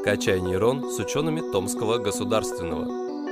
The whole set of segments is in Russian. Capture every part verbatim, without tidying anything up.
«Качай нейрон» с учеными Томского государственного.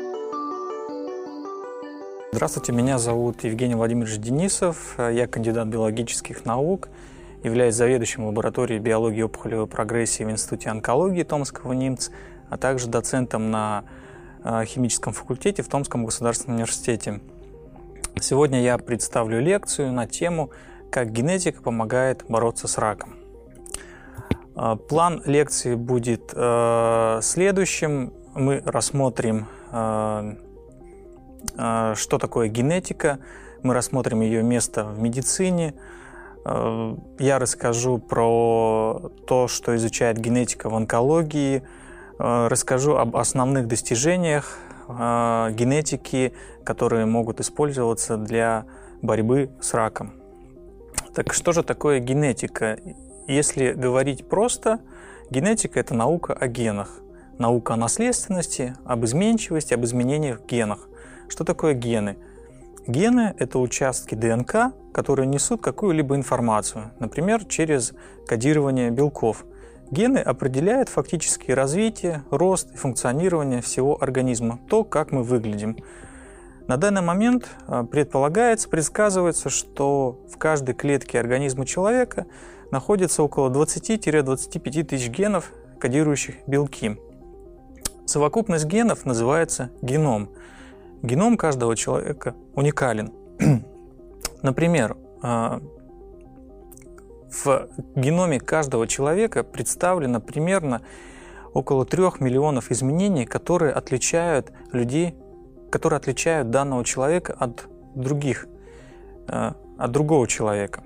Здравствуйте, меня зовут Евгений Владимирович Денисов, я кандидат биологических наук, являюсь заведующим лабораторией биологии и опухолевой прогрессии в Институте онкологии Томского НИМЦ, а также доцентом на химическом факультете в Томском государственном университете. Сегодня я представлю лекцию на тему «Как генетика помогает бороться с раком». План лекции будет э, следующим. Мы рассмотрим, э, э, что такое генетика, мы рассмотрим ее место в медицине. Э, я расскажу про то, что изучает генетика в онкологии, э, расскажу об основных достижениях э, генетики, которые могут использоваться для борьбы с раком. Так что же такое генетика? Если говорить просто, генетика – это наука о генах, наука о наследственности, об изменчивости, об изменениях в генах. Что такое гены? Гены – это участки ДНК, которые несут какую-либо информацию, например, через кодирование белков. Гены определяют фактически развитие, рост и функционирование всего организма, то, как мы выглядим. На данный момент предполагается, предсказывается, что в каждой клетке организма человека находится около двадцати-двадцати пяти тысяч генов, кодирующих белки. Совокупность генов называется геном. Геном каждого человека уникален. Например, в геноме каждого человека представлено примерно около трех миллионов изменений, которые отличают людей, которые отличают данного человека от других, от другого человека.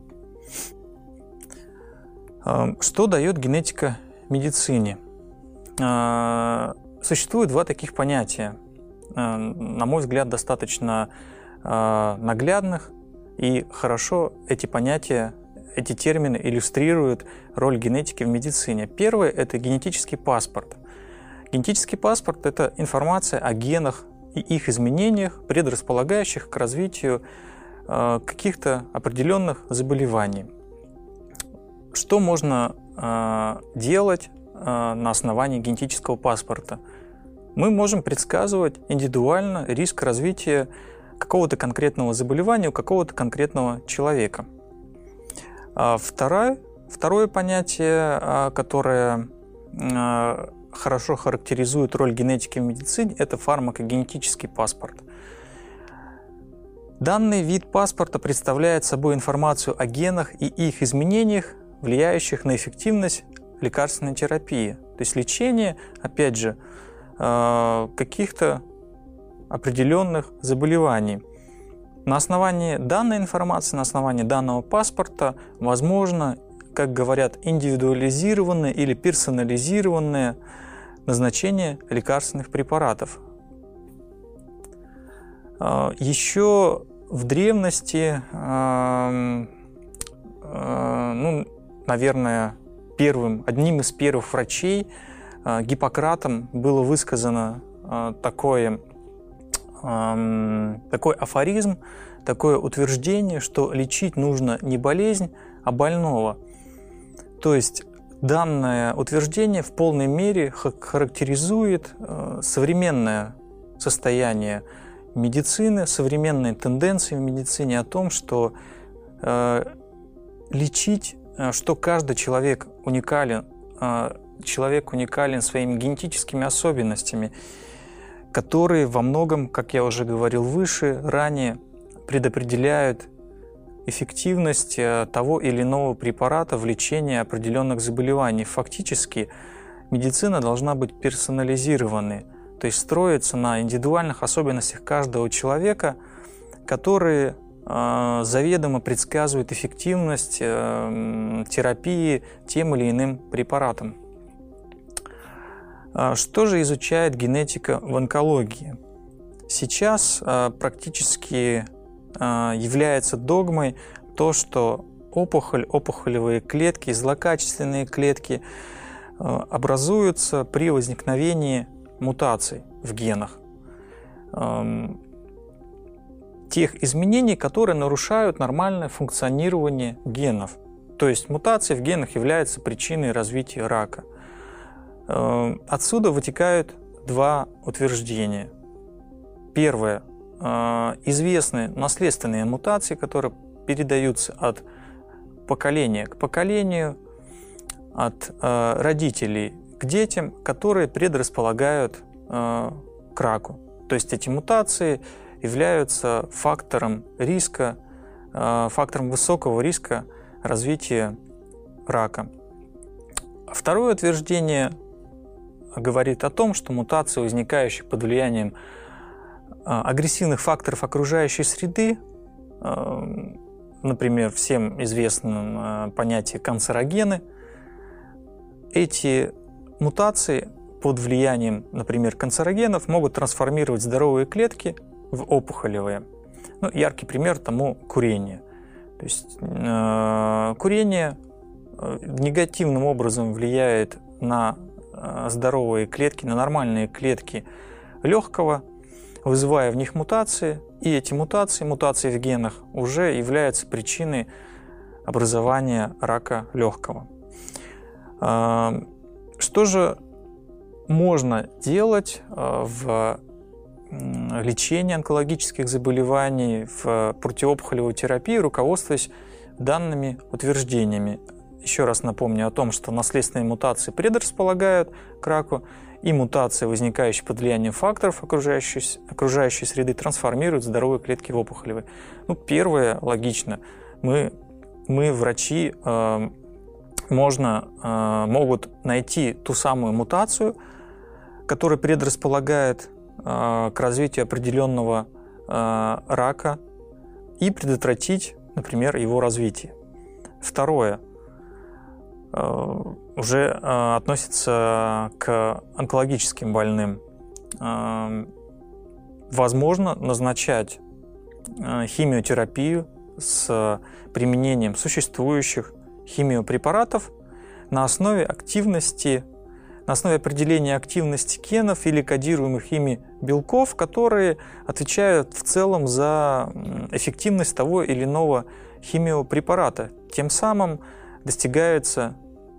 Что дает генетика медицине? Существует два таких понятия, на мой взгляд, достаточно наглядных, и хорошо эти понятия, эти термины иллюстрируют роль генетики в медицине. Первое – это генетический паспорт. Генетический паспорт – это информация о генах и их изменениях, предрасполагающих к развитию каких-то определенных заболеваний. Что можно э, делать э, на основании генетического паспорта? Мы можем предсказывать индивидуально риск развития какого-то конкретного заболевания у какого-то конкретного человека. А второе, второе понятие, э, которое э, хорошо характеризует роль генетики в медицине, это фармакогенетический паспорт. Данный вид паспорта представляет собой информацию о генах и их изменениях, влияющих на эффективность лекарственной терапии. То есть лечение, опять же, каких-то определенных заболеваний. На основании данной информации, на основании данного паспорта возможно, как говорят, индивидуализированное или персонализированное назначение лекарственных препаратов. Еще в древности, ну, наверное, первым, одним из первых врачей, Гиппократом, было высказано такое, такой афоризм, такое утверждение, что лечить нужно не болезнь, а больного. То есть данное утверждение в полной мере характеризует современное состояние медицины, современные тенденции в медицине о том, что лечить, что каждый человек уникален, человек уникален своими генетическими особенностями, которые во многом, как я уже говорил выше, ранее предопределяют эффективность того или иного препарата в лечении определенных заболеваний. Фактически медицина должна быть персонализированной, то есть строиться на индивидуальных особенностях каждого человека, которые заведомо предсказывает эффективность терапии тем или иным препаратом. Что же изучает генетика в онкологии? Сейчас практически является догмой то, что опухоль, опухолевые клетки, злокачественные клетки образуются при возникновении мутаций в генах. Тех изменений, которые нарушают нормальное функционирование генов. То есть мутации в генах являются причиной развития рака. Отсюда вытекают два утверждения. Первое. Известны наследственные мутации, которые передаются от поколения к поколению, от родителей к детям, которые предрасполагают к раку. То есть эти мутации являются фактором риска, фактором высокого риска развития рака. Второе утверждение говорит о том, что мутации, возникающие под влиянием агрессивных факторов окружающей среды, например, всем известно понятие канцерогены, эти мутации под влиянием, например, канцерогенов могут трансформировать здоровые клетки в опухолевые. Ну, яркий пример тому курение. То есть э, курение негативным образом влияет на здоровые клетки, на нормальные клетки легкого, вызывая в них мутации, и эти мутации, мутации в генах, уже являются причиной образования рака легкого. Что же можно делать в лечении онкологических заболеваний, в противоопухолевой терапии, руководствуясь данными утверждениями? Еще раз напомню о том, что наследственные мутации предрасполагают к раку, и мутации, возникающие под влиянием факторов окружающей, окружающей среды, трансформируют здоровые клетки в опухолевые. Ну, первое, логично. Мы, мы врачи, э, можно, э, могут найти ту самую мутацию, которая предрасполагает э, к развитию определенного э, рака, и предотвратить, например, его развитие. Второе. Уже относится к онкологическим больным. Возможно назначать химиотерапию с применением существующих химиопрепаратов на основе активности, на основе определения активности генов или кодируемых ими белков, которые отвечают в целом за эффективность того или иного химиопрепарата. Тем самым достигается,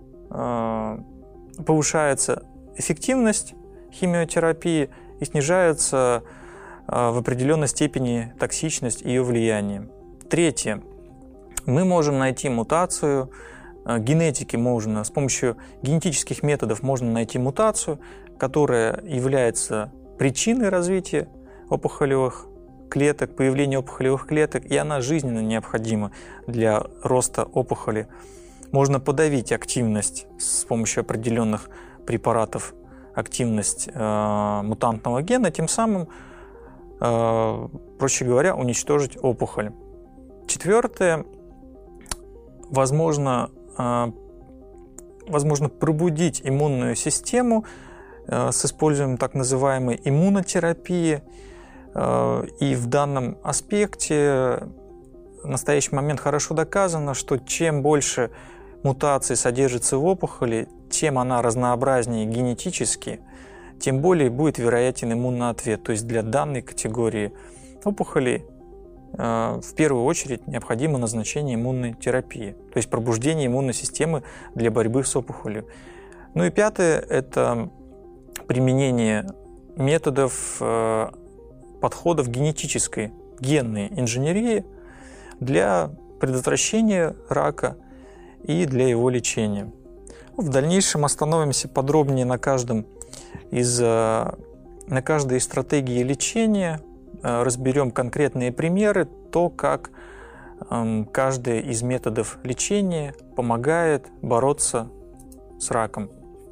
повышается эффективность химиотерапии и снижается в определенной степени токсичность ее влияния. Третье. Мы можем найти мутацию, генетики можно, с помощью генетических методов можно найти мутацию, которая является причиной развития опухолевых клеток, появления опухолевых клеток, и она жизненно необходима для роста опухоли. Можно подавить активность с помощью определенных препаратов, активность э, мутантного гена, тем самым, э, проще говоря, уничтожить опухоль. Четвертое. Возможно, э, возможно пробудить иммунную систему э, с использованием так называемой иммунотерапии. Э, и в данном аспекте в настоящий момент хорошо доказано, что чем больше мутаций содержится в опухоли, тем она разнообразнее генетически, тем более будет вероятен иммунный ответ. То есть для данной категории опухолей э, в первую очередь необходимо назначение иммунной терапии, то есть пробуждение иммунной системы для борьбы с опухолью. Ну и пятое – это применение методов, э, подходов генетической, генной инженерии для предотвращения рака и для его лечения. В дальнейшем остановимся подробнее на каждом из, на каждой из стратегий лечения, разберем конкретные примеры, то, как каждый из методов лечения помогает бороться с раком.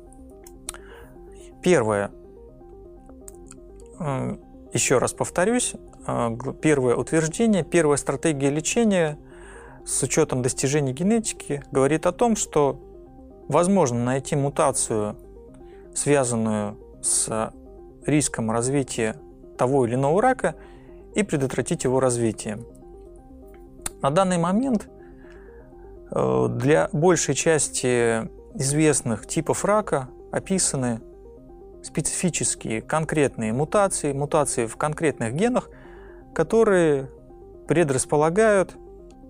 Первое. Еще раз повторюсь. Первое утверждение, первая стратегия лечения с учетом достижений генетики говорит о том, что возможно найти мутацию, связанную с риском развития того или иного рака, и предотвратить его развитие. На данный момент для большей части известных типов рака описаны специфические конкретные мутации, мутации в конкретных генах, которые предрасполагают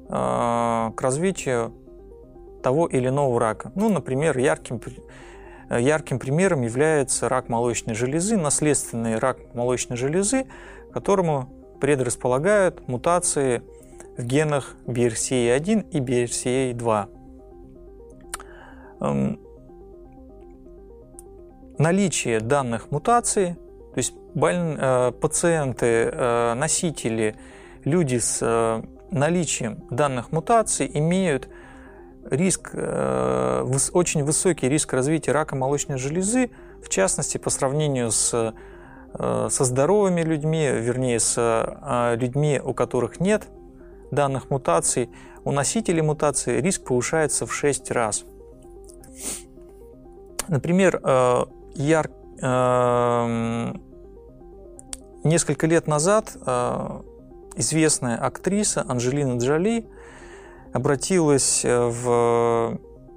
к развитию того или иного рака. Ну, например, ярким Ярким примером является рак молочной железы, наследственный рак молочной железы, которому предрасполагают мутации в генах би эр си эй один и би эр си эй два. Наличие данных мутаций, то есть боль, пациенты, носители, люди с наличием данных мутаций имеют риск, очень высокий риск развития рака молочной железы, в частности, по сравнению с, со здоровыми людьми, вернее, с людьми, у которых нет данных мутаций. У носителей мутаций риск повышается в шесть раз. Например, яр... несколько лет назад известная актриса Анджелина Джоли обратилась в,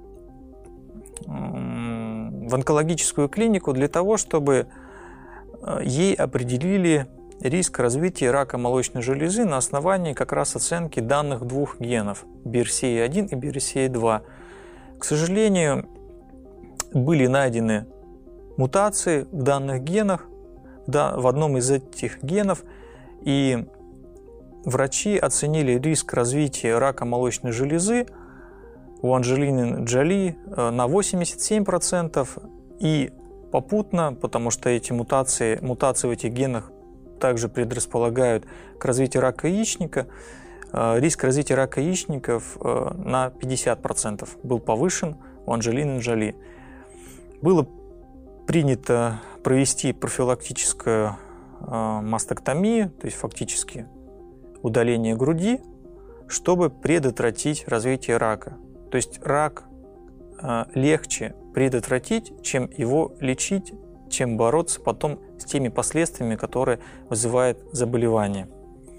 в онкологическую клинику для того, чтобы ей определили риск развития рака молочной железы на основании как раз оценки данных двух генов би эр си эй один и би эр си эй два. К сожалению, были найдены мутации в данных генах, да, в одном из этих генов, и врачи оценили риск развития рака молочной железы у Анджелины Джоли на восемьдесят семь процентов, и попутно, потому что эти мутации, мутации в этих генах также предрасполагают к развитию рака яичника, риск развития рака яичников на пятьдесят процентов был повышен у Анджелины Джоли. Было принято провести профилактическую мастектомию, то есть фактически удаление груди, чтобы предотвратить развитие рака. То есть рак легче предотвратить, чем его лечить, чем бороться потом с теми последствиями, которые вызывает заболевание.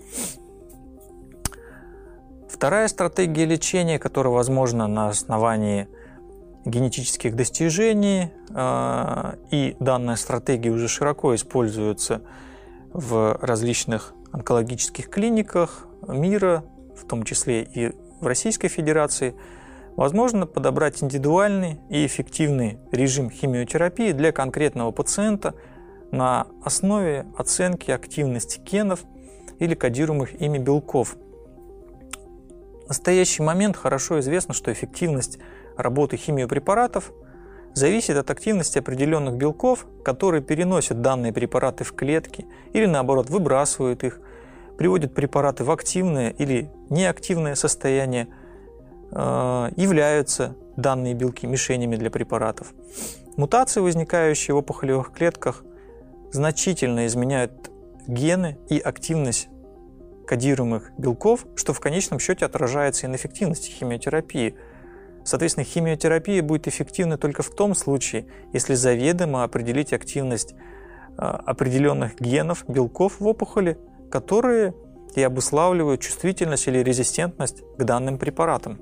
Вторая стратегия лечения, которая возможна на основании генетических достижений, и данная стратегия уже широко используется в различных онкологических клиниках мира, в том числе и в Российской Федерации, возможно подобрать индивидуальный и эффективный режим химиотерапии для конкретного пациента на основе оценки активности генов или кодируемых ими белков. В настоящий момент хорошо известно, что эффективность работы химиопрепаратов зависит от активности определенных белков, которые переносят данные препараты в клетки или, наоборот, выбрасывают их, приводят препараты в активное или неактивное состояние, являются данные белки мишенями для препаратов. Мутации, возникающие в опухолевых клетках, значительно изменяют гены и активность кодируемых белков, что в конечном счете отражается и на эффективности химиотерапии. Соответственно, химиотерапия будет эффективна только в том случае, если заведомо определить активность определенных генов, белков в опухоли, которые и обуславливают чувствительность или резистентность к данным препаратам.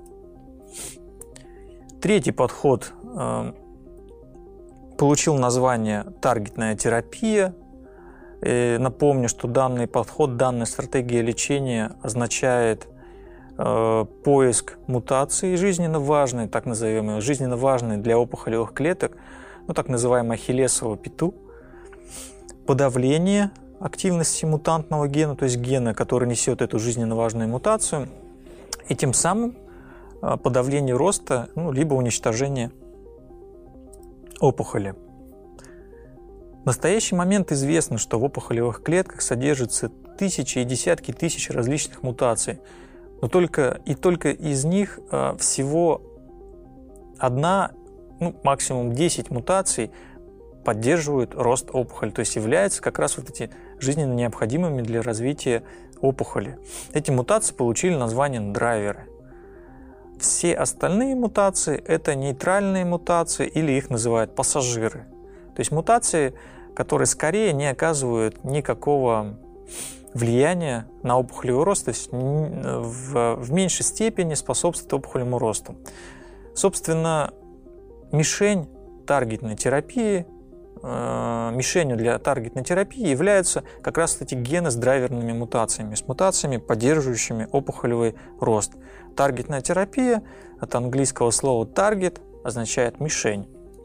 Третий подход э, получил название таргетная терапия. И напомню, что данный подход, данная стратегия лечения означает э, поиск мутаций жизненно важной, так называемой, жизненно важной для опухолевых клеток, ну, так называемая ахиллесова пяту, подавление активности мутантного гена, то есть гена, который несет эту жизненно важную мутацию, и тем самым подавление роста, ну, либо уничтожение опухоли. В настоящий момент известно, что в опухолевых клетках содержатся тысячи и десятки тысяч различных мутаций, но только, и только из них всего одна, ну, максимум десять мутаций поддерживают рост опухоли, то есть являются как раз вот эти жизненно необходимыми для развития опухоли. Эти мутации получили название драйверы. Все остальные мутации – это нейтральные мутации, или их называют пассажиры. То есть мутации, которые скорее не оказывают никакого влияния на опухолевый рост, то есть в, в меньшей степени способствуют опухолевому росту. Собственно, мишень таргетной терапии, э, мишенью для таргетной терапии являются как раз эти гены с драйверными мутациями, с мутациями, поддерживающими опухолевый рост. Таргетная терапия от английского слова target означает мишень.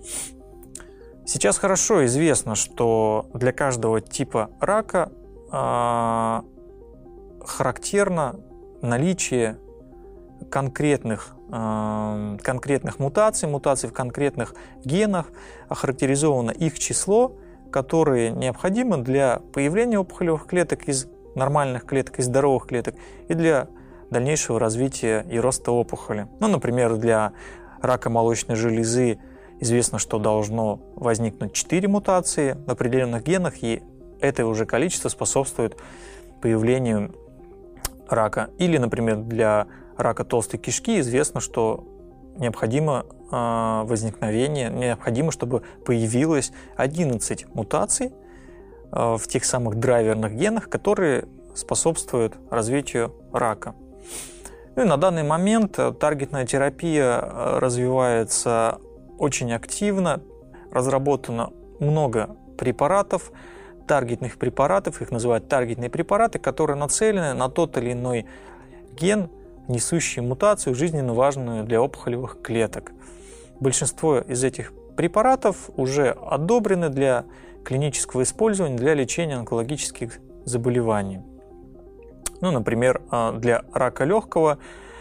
Сейчас хорошо известно, что для каждого типа рака э, характерно наличие конкретных, э, конкретных мутаций, мутаций в конкретных генах, охарактеризовано их число, которые необходимы для появления опухолевых клеток из нормальных клеток, из здоровых клеток и для дальнейшего развития и роста опухоли. Ну, например, для рака молочной железы известно, что должно возникнуть четыре мутации в определенных генах, и это уже количество способствует появлению рака. Или, например, для рака толстой кишки известно, что необходимо э, возникновение, необходимо, чтобы появилось одиннадцать мутаций э, в тех самых драйверных генах, которые способствуют развитию рака. Ну и на данный момент таргетная терапия развивается очень активно, разработано много препаратов, таргетных препаратов, их называют таргетные препараты, которые нацелены на тот или иной ген, несущий мутацию, жизненно важную для опухолевых клеток. Большинство из этих препаратов уже одобрены для клинического использования для лечения онкологических заболеваний. Ну, например, для рака легкого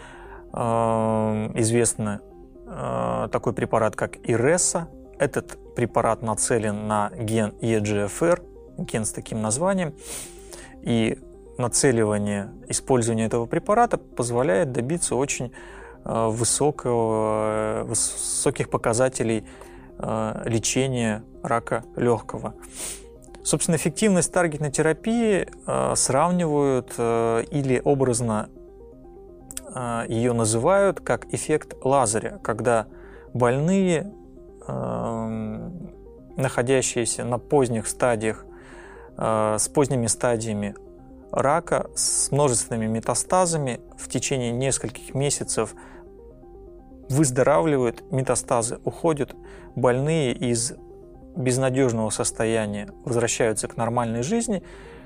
известно такой препарат, как Иреса. Этот препарат нацелен на ген и джи эф ар, ген с таким названием, и нацеливание, использование этого препарата позволяет добиться очень высокого, высоких показателей лечения рака легкого. Собственно, эффективность таргетной терапии сравнивают или образно ее называют как эффект Лазаря, когда больные, находящиеся на поздних стадиях, с поздними стадиями рака, с множественными метастазами, в течение нескольких месяцев выздоравливают, метастазы уходят, больные из безнадежного состояния возвращаются к нормальной жизни.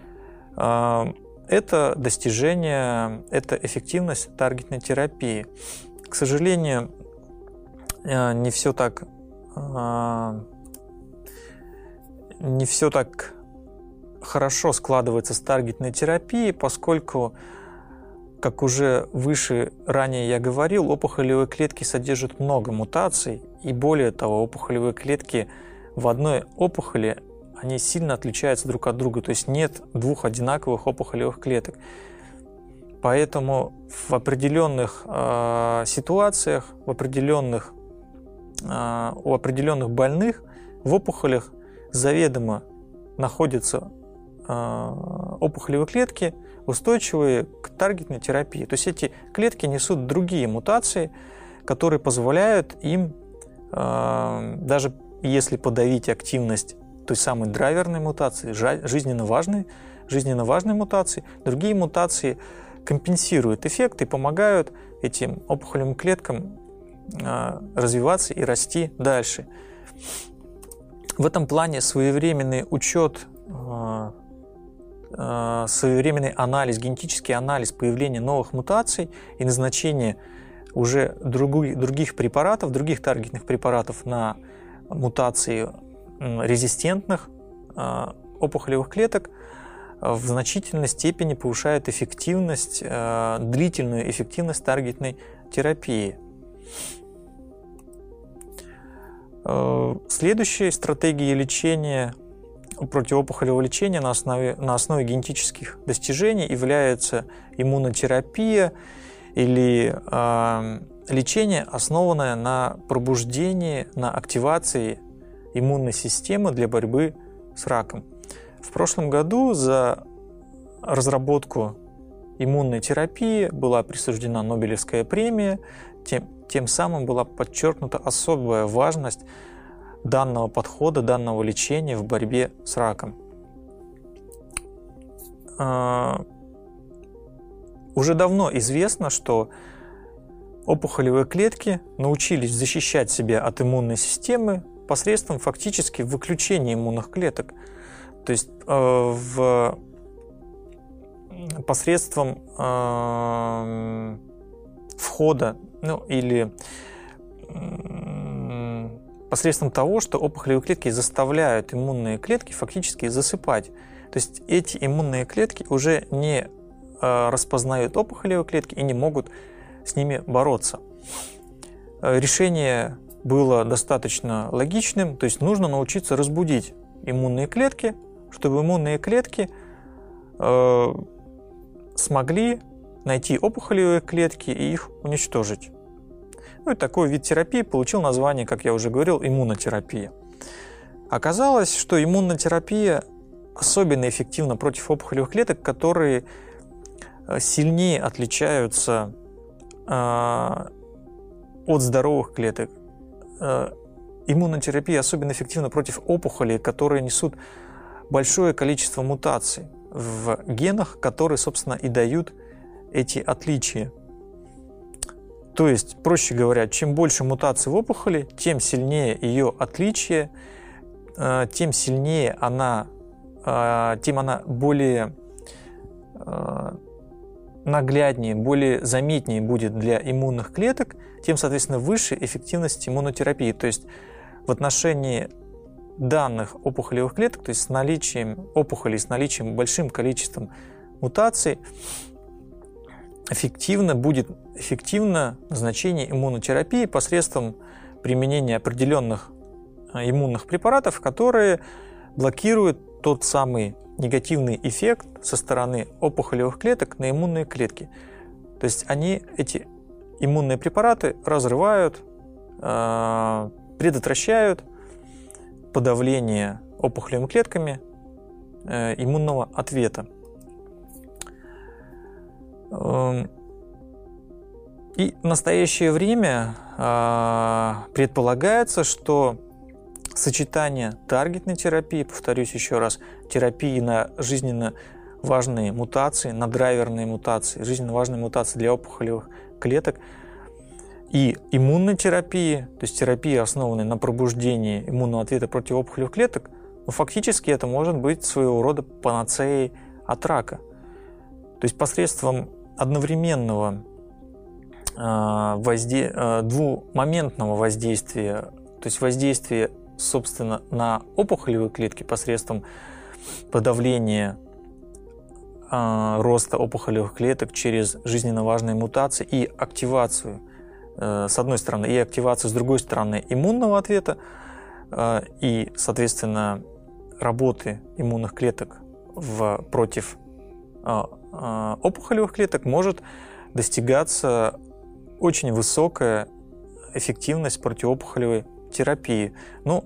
Это достижение, это эффективность таргетной терапии. К сожалению, не все так, не все так хорошо складывается с таргетной терапией, поскольку, как уже выше ранее я говорил, опухолевые клетки содержат много мутаций, и более того, опухолевые клетки в одной опухоли они сильно отличаются друг от друга, то есть нет двух одинаковых опухолевых клеток. Поэтому в определенных э, ситуациях, в определенных, э, у определенных больных в опухолях заведомо находятся э, опухолевые клетки, устойчивые к таргетной терапии. То есть эти клетки несут другие мутации, которые позволяют им, э, даже если подавить активность той самой драйверной мутации, жизненно важной, жизненно важной мутации, другие мутации компенсируют эффект и помогают этим опухолевым клеткам развиваться и расти дальше. В этом плане своевременный учет, своевременный анализ, генетический анализ появления новых мутаций и назначение уже других препаратов, других таргетных препаратов на мутации резистентных опухолевых клеток в значительной степени повышает эффективность, длительную эффективность таргетной терапии. Следующей стратегией лечения, противоопухолевого лечения на основе, на основе генетических достижений является иммунотерапия или э, лечение, основанное на пробуждении, на активации иммунной системы для борьбы с раком. В прошлом году за разработку иммунной терапии была присуждена Нобелевская премия, тем, тем самым была подчеркнута особая важность данного подхода, данного лечения в борьбе с раком. Уже давно известно, что опухолевые клетки научились защищать себя от иммунной системы посредством фактически выключения иммунных клеток. То есть э, в, посредством э, входа, ну или э, посредством того, что опухолевые клетки заставляют иммунные клетки фактически засыпать. То есть эти иммунные клетки уже не э, распознают опухолевые клетки и не могут с ними бороться. Решение было достаточно логичным, то есть нужно научиться разбудить иммунные клетки, чтобы иммунные клетки э, смогли найти опухолевые клетки и их уничтожить. Ну и такой вид терапии получил название, как я уже говорил, иммунотерапия. Оказалось, что иммунотерапия особенно эффективна против опухолевых клеток, которые сильнее отличаются э, от здоровых клеток. Э, иммунотерапия особенно эффективна против опухолей, которые несут большое количество мутаций в генах, которые, собственно, и дают эти отличия. То есть, проще говоря, чем больше мутаций в опухоли, тем сильнее ее отличие, тем сильнее она, тем она более нагляднее, более заметнее будет для иммунных клеток, тем, соответственно, выше эффективность иммунотерапии. То есть, в отношении данных опухолевых клеток, то есть с наличием опухолей, с наличием большим количеством мутаций, эффективно будет эффективно назначение иммунотерапии посредством применения определенных иммунных препаратов, которые блокируют тот самый негативный эффект со стороны опухолевых клеток на иммунные клетки. То есть они, эти иммунные препараты, разрывают, предотвращают подавление опухолевыми клетками иммунного ответа. И в настоящее время предполагается, что сочетание таргетной терапии, повторюсь еще раз, терапии на жизненно важные мутации, на драйверные мутации, жизненно важные мутации для опухолевых клеток, и иммунной терапии, то есть терапии, основанной на пробуждении иммунного ответа против опухолевых клеток, ну, фактически это может быть своего рода панацеей от рака. То есть посредством одновременного возде... двумоментного воздействия, то есть воздействия, собственно, на опухолевые клетки посредством подавления роста опухолевых клеток через жизненно важные мутации и активацию, с одной стороны, и активацию, с другой стороны, иммунного ответа и, соответственно, работы иммунных клеток в... против опухолевых клеток, может достигаться очень высокая эффективность противоопухолевой терапии. Ну,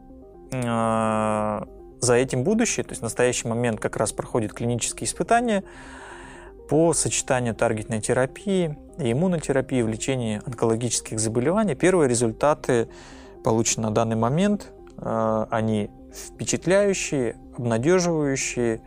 э, за этим будущее, то есть в настоящий момент как раз проходят клинические испытания по сочетанию таргетной терапии и иммунотерапии в лечении онкологических заболеваний. Первые результаты получены на данный момент. Э, они впечатляющие, обнадеживающие.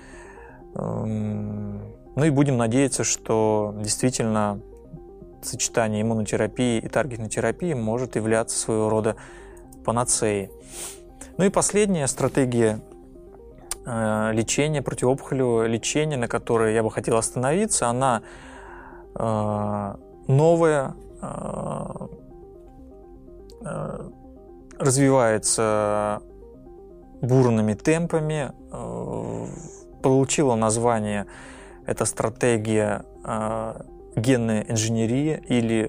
Ну и будем надеяться, что действительно сочетание иммунотерапии и таргетной терапии может являться своего рода панацеей. Ну и последняя стратегия э, лечения, противоопухолевого лечения, на которой я бы хотел остановиться, она э, новая, э, э, развивается бурными темпами, э, получила название эта стратегия э, генной инженерии или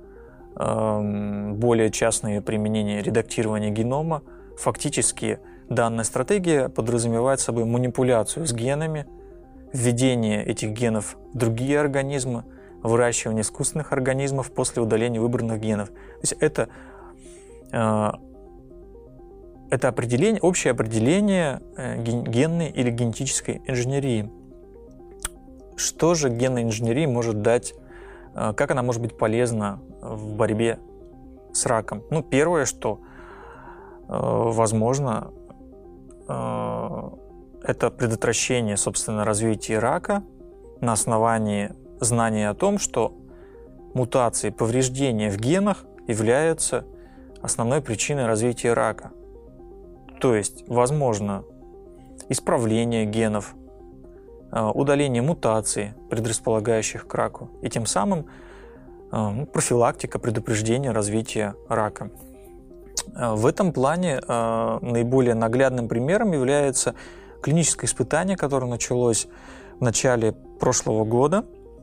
э, более частное применение редактирования генома. Фактически данная стратегия подразумевает собой манипуляцию с генами, введение этих генов в другие организмы, выращивание искусственных организмов после удаления выбранных генов. То есть это, э, это определение, общее определение э, генной или генетической инженерии. Что же генная инженерия может дать, э, как она может быть полезна в борьбе с раком? Ну, первое, что э, возможно, э, это предотвращение, собственно, развития рака на основании знания о том, что мутации, повреждения в генах являются основной причиной развития рака. То есть, возможно, исправление генов, удаление мутаций, предрасполагающих к раку, и тем самым профилактика, предупреждение развития рака. В этом плане наиболее наглядным примером является клиническое испытание, которое началось в начале прошлого года.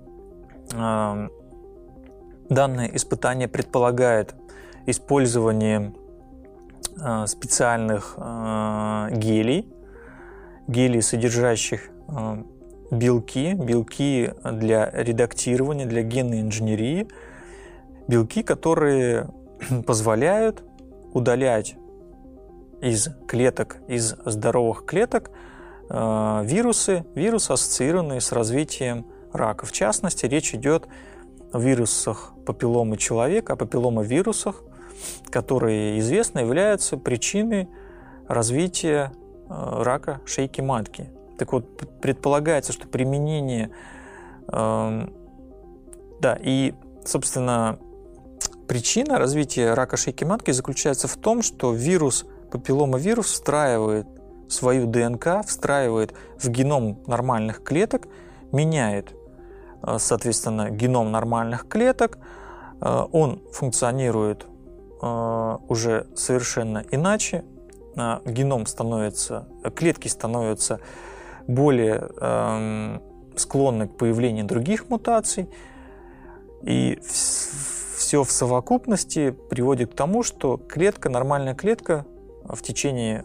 Данное испытание предполагает использование специальных гелей, гелей, содержащих белки, белки для редактирования, для генной инженерии, белки, которые позволяют удалять из клеток, из здоровых клеток вирусы, вирусы, ассоциированные с развитием рака. В частности, речь идет о вирусах папилломы человека, о папилломовирусах, которые известно являются причиной развития рака шейки матки. Так вот, предполагается, что применение, э, да, и, собственно, причина развития рака шейки матки заключается в том, что вирус, папилломовирус встраивает свою ДНК, встраивает в геном нормальных клеток, меняет, соответственно, геном нормальных клеток, он функционирует уже совершенно иначе, геном становится, клетки становятся более э, склонны к появлению других мутаций, и все в совокупности приводит к тому, что клетка, нормальная клетка в течение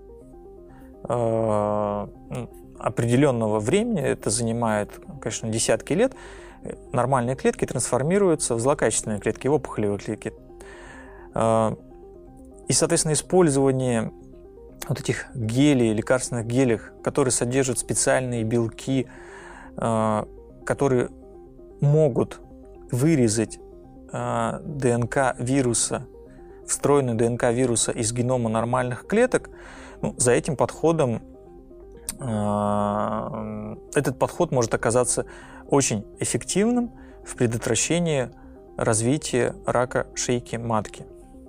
э, определенного времени, это занимает, конечно, десятки лет, нормальные клетки трансформируются в злокачественные клетки, в опухолевые клетки. Э, и, соответственно, использование вот этих гелей, лекарственных гелей, которые содержат специальные белки, которые могут вырезать ДНК вируса, встроенную ДНК вируса из генома нормальных клеток, ну, за этим подходом, этот подход может оказаться очень эффективным в предотвращении развития рака шейки матки.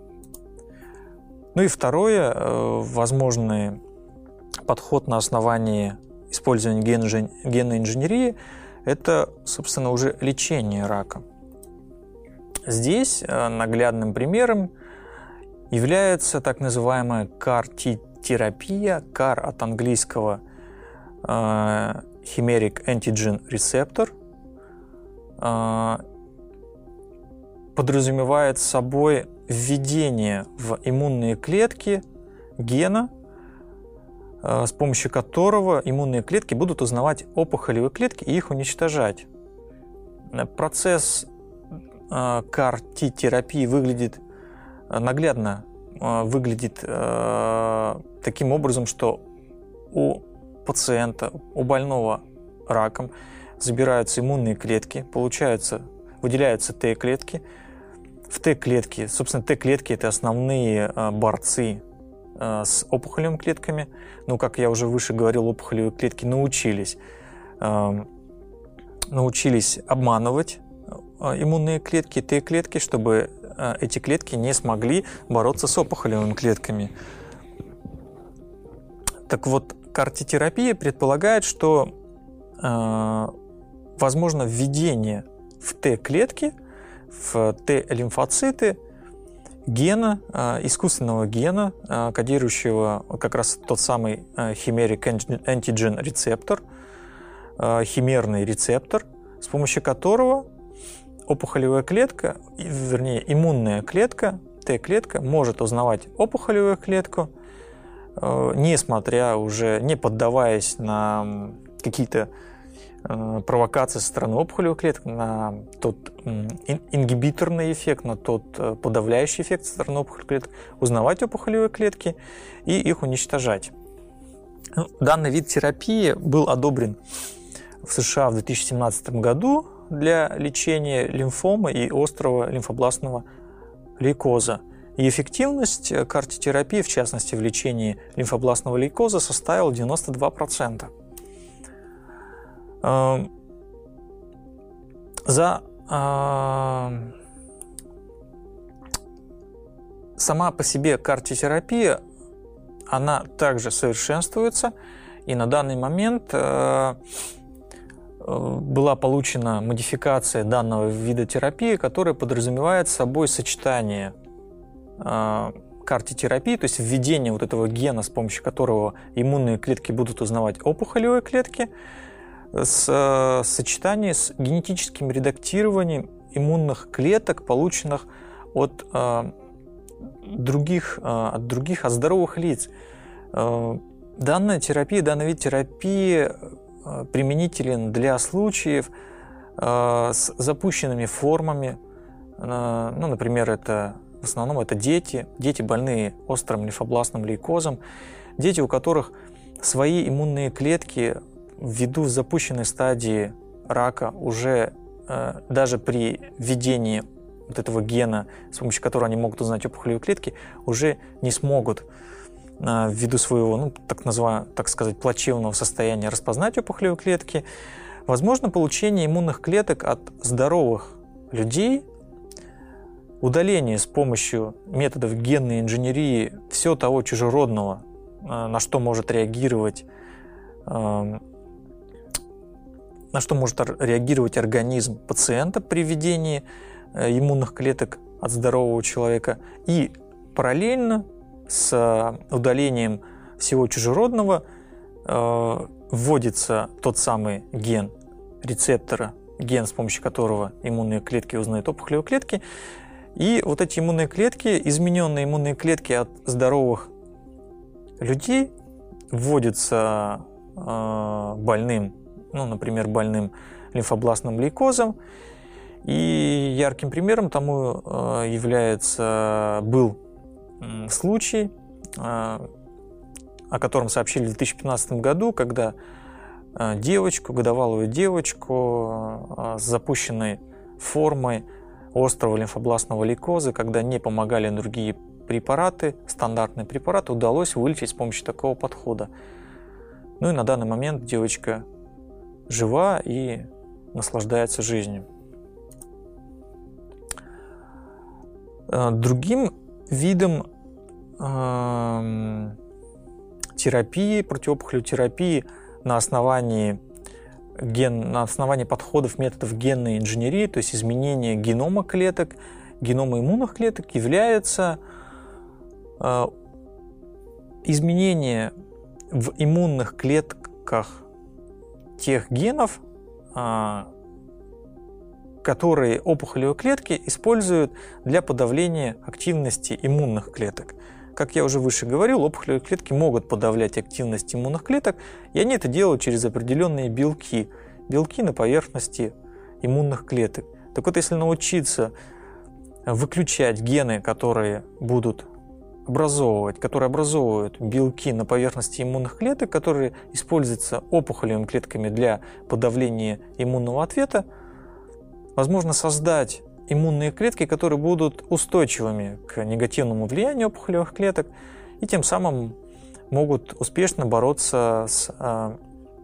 Ну и второе, возможный подход на основании использования генной инженерии – это, собственно, уже лечение рака. Здесь наглядным примером является так называемая кар-Т-терапия, кар от английского Chimeric Antigen Receptor, подразумевает собой введение в иммунные клетки гена, с помощью которого иммунные клетки будут узнавать опухолевые клетки и их уничтожать. Процесс кар-Т-терапии выглядит наглядно, выглядит таким образом, что у пациента, у больного раком забираются иммунные клетки, получаются, выделяются Т-клетки. В Т-клетки, собственно, Т-клетки – это основные борцы с опухолевыми клетками. Ну, как я уже выше говорил, опухолевые клетки научились, научились обманывать иммунные клетки, Т-клетки, чтобы эти клетки не смогли бороться с опухолевыми клетками. Так вот, кар-Т-терапия предполагает, что возможно введение в Т-клетки, в Т-лимфоциты гена, искусственного гена, кодирующего как раз тот самый Chimeric Antigen Receptor, химерный рецептор, с помощью которого опухолевая клетка, вернее иммунная клетка, Т-клетка, может узнавать опухолевую клетку, несмотря уже, не поддаваясь на какие-то провокации со стороны опухолевых клеток, на тот ингибиторный эффект, на тот подавляющий эффект со стороны опухолевых клеток, узнавать опухолевые клетки и их уничтожать. Данный вид терапии был одобрен в США в две тысячи семнадцатом году для лечения лимфомы и острого лимфобластного лейкоза. И эффективность кар-Т-терапии, в частности в лечении лимфобластного лейкоза, составила девяносто два процента. За сама по себе кар-Т-терапия, она также совершенствуется, и на данный момент была получена модификация данного вида терапии, которая подразумевает собой сочетание карте терапии, то есть введение вот этого гена, с помощью которого иммунные клетки будут узнавать опухолевые клетки, с э, сочетании с генетическим редактированием иммунных клеток, полученных от э, других, э, от других, от здоровых лиц. Э, данная терапия, данный вид терапии э, применителен для случаев э, с запущенными формами. Э, ну, например, это в основном это дети, дети больные острым лимфобластным лейкозом, дети, у которых свои иммунные клетки ввиду запущенной стадии рака уже э, даже при введении вот этого гена, с помощью которого они могут узнать опухолевые клетки, уже не смогут э, ввиду своего, ну, так называемого, так сказать, плачевного состояния распознать опухолевые клетки. Возможно получение иммунных клеток от здоровых людей, удаление с помощью методов генной инженерии всего того чужеродного, на что может реагировать, на что может реагировать организм пациента при введении иммунных клеток от здорового человека, и параллельно с удалением всего чужеродного вводится тот самый ген рецептора, ген, с помощью которого иммунные клетки узнают опухолевые клетки. И вот эти иммунные клетки, измененные иммунные клетки от здоровых людей, вводятся э, больным, ну, например, больным лимфобластным лейкозом. И ярким примером тому э, является, был э, случай, э, о котором сообщили в две тысячи пятнадцатом году, когда э, девочку, годовалую девочку э, с запущенной формой острого лимфобластного лейкоза, когда не помогали другие препараты, стандартные препараты, удалось вылечить с помощью такого подхода. Ну и на данный момент девочка жива и наслаждается жизнью. Другим видом э, терапии, противоопухолевой терапии на основании Ген, на основании подходов методов генной инженерии, то есть изменения генома клеток, генома иммунных клеток, является э, изменение в иммунных клетках тех генов, э, которые опухолевые клетки используют для подавления активности иммунных клеток. Как я уже выше говорил, опухолевые клетки могут подавлять активность иммунных клеток, и они это делают через определенные белки, белки на поверхности иммунных клеток. Так вот, если научиться выключать гены, которые будут образовывать, которые образовывают белки на поверхности иммунных клеток, которые используются опухолевыми клетками для подавления иммунного ответа, возможно создать иммунные клетки, которые будут устойчивыми к негативному влиянию опухолевых клеток и тем самым могут успешно бороться с э,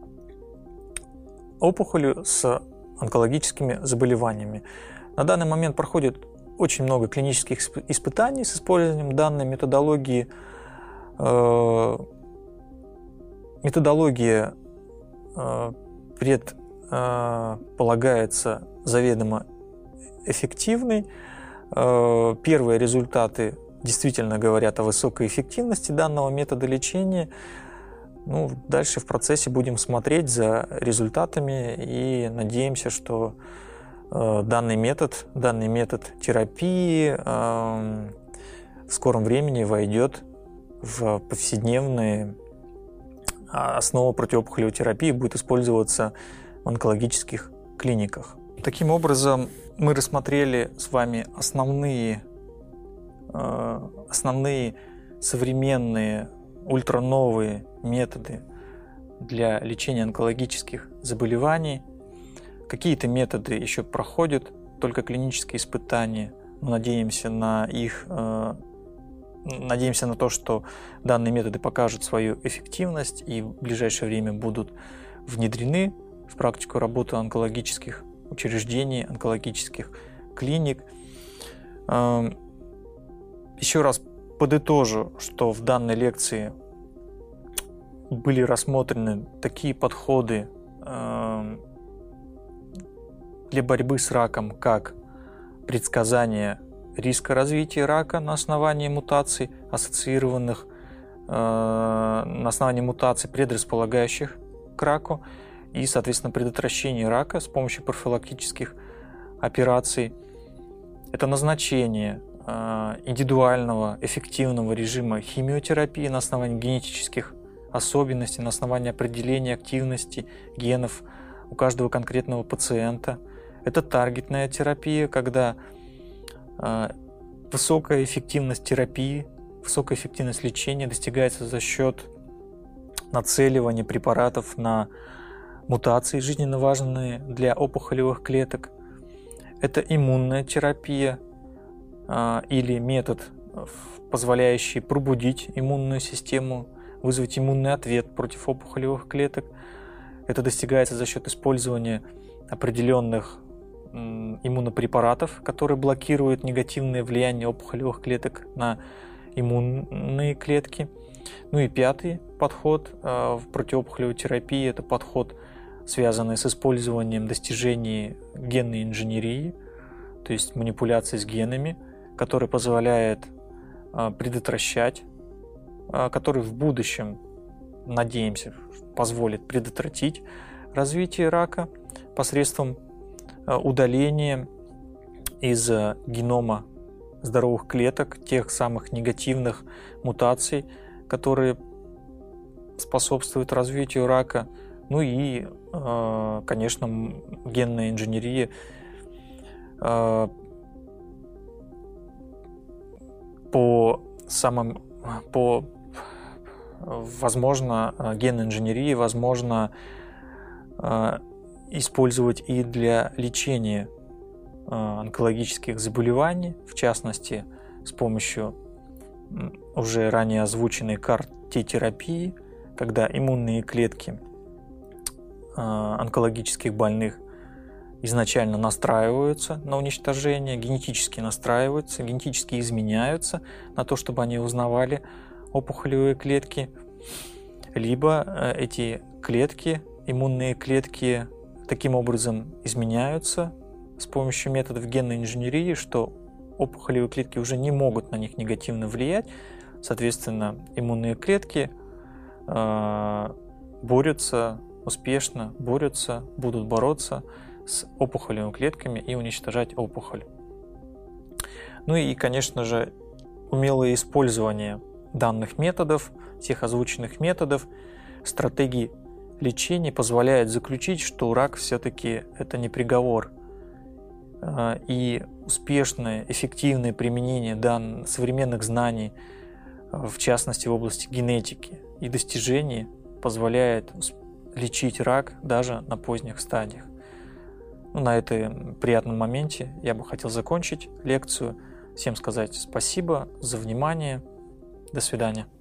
опухолью, с онкологическими заболеваниями. На данный момент проходит очень много клинических испытаний с использованием данной методологии. Э, методология э, предполагается заведомо эффективный. Первые результаты действительно говорят о высокой эффективности данного метода лечения. Ну, дальше в процессе будем смотреть за результатами и надеемся, что данный метод, данный метод терапии в скором времени войдет в повседневные основы противоопухолевой терапии и будет использоваться в онкологических клиниках. Таким образом, мы рассмотрели с вами основные, э, основные современные ультрановые методы для лечения онкологических заболеваний. Какие-то методы еще проходят только клинические испытания. Мы надеемся на их, э, надеемся на то, что данные методы покажут свою эффективность и в ближайшее время будут внедрены в практику работы онкологических учреждений, онкологических клиник. Еще раз подытожу, что в данной лекции были рассмотрены такие подходы для борьбы с раком, как предсказание риска развития рака на основании мутаций, ассоциированных э, на основании мутаций, предрасполагающих к раку, и, соответственно, предотвращение рака с помощью профилактических операций. Это назначение э, индивидуального эффективного режима химиотерапии на основании генетических особенностей, на основании определения активности генов у каждого конкретного пациента. Это таргетная терапия, когда э, высокая эффективность терапии, высокая эффективность лечения достигается за счет нацеливания препаратов на мутации, жизненно важные для опухолевых клеток. Это иммунная терапия э, или метод, позволяющий пробудить иммунную систему, вызвать иммунный ответ против опухолевых клеток. Это достигается за счет использования определенных иммунопрепаратов, которые блокируют негативное влияние опухолевых клеток на иммунные клетки. Ну и пятый подход в противоопухолевой терапии – это подход, связанный с использованием достижений генной инженерии, то есть манипуляции с генами, который позволяет предотвращать, который в будущем, надеемся, позволит предотвратить развитие рака посредством удаления из генома здоровых клеток тех самых негативных мутаций, которые способствуют развитию рака. Ну и, конечно, генная инженерия по самым, по, возможно, генная инженерия возможно использовать и для лечения онкологических заболеваний, в частности, с помощью уже ранее озвученной кар-Т-терапии, когда иммунные клетки онкологических больных изначально настраиваются на уничтожение, генетически настраиваются, генетически изменяются на то, чтобы они узнавали опухолевые клетки, либо эти клетки, иммунные клетки, таким образом изменяются с помощью методов генной инженерии, что опухолевые клетки уже не могут на них негативно влиять. Соответственно, иммунные клетки э, борются, успешно борются, будут бороться с опухолевыми клетками и уничтожать опухоль. Ну и, конечно же, умелое использование данных методов, всех озвученных методов, стратегий лечения позволяет заключить, что рак все-таки это не приговор. И успешное, эффективное применение дан... современных знаний, в частности в области генетики и достижений, позволяет лечить рак даже на поздних стадиях. Ну, на этом приятном моменте я бы хотел закончить лекцию. Всем сказать спасибо за внимание. До свидания.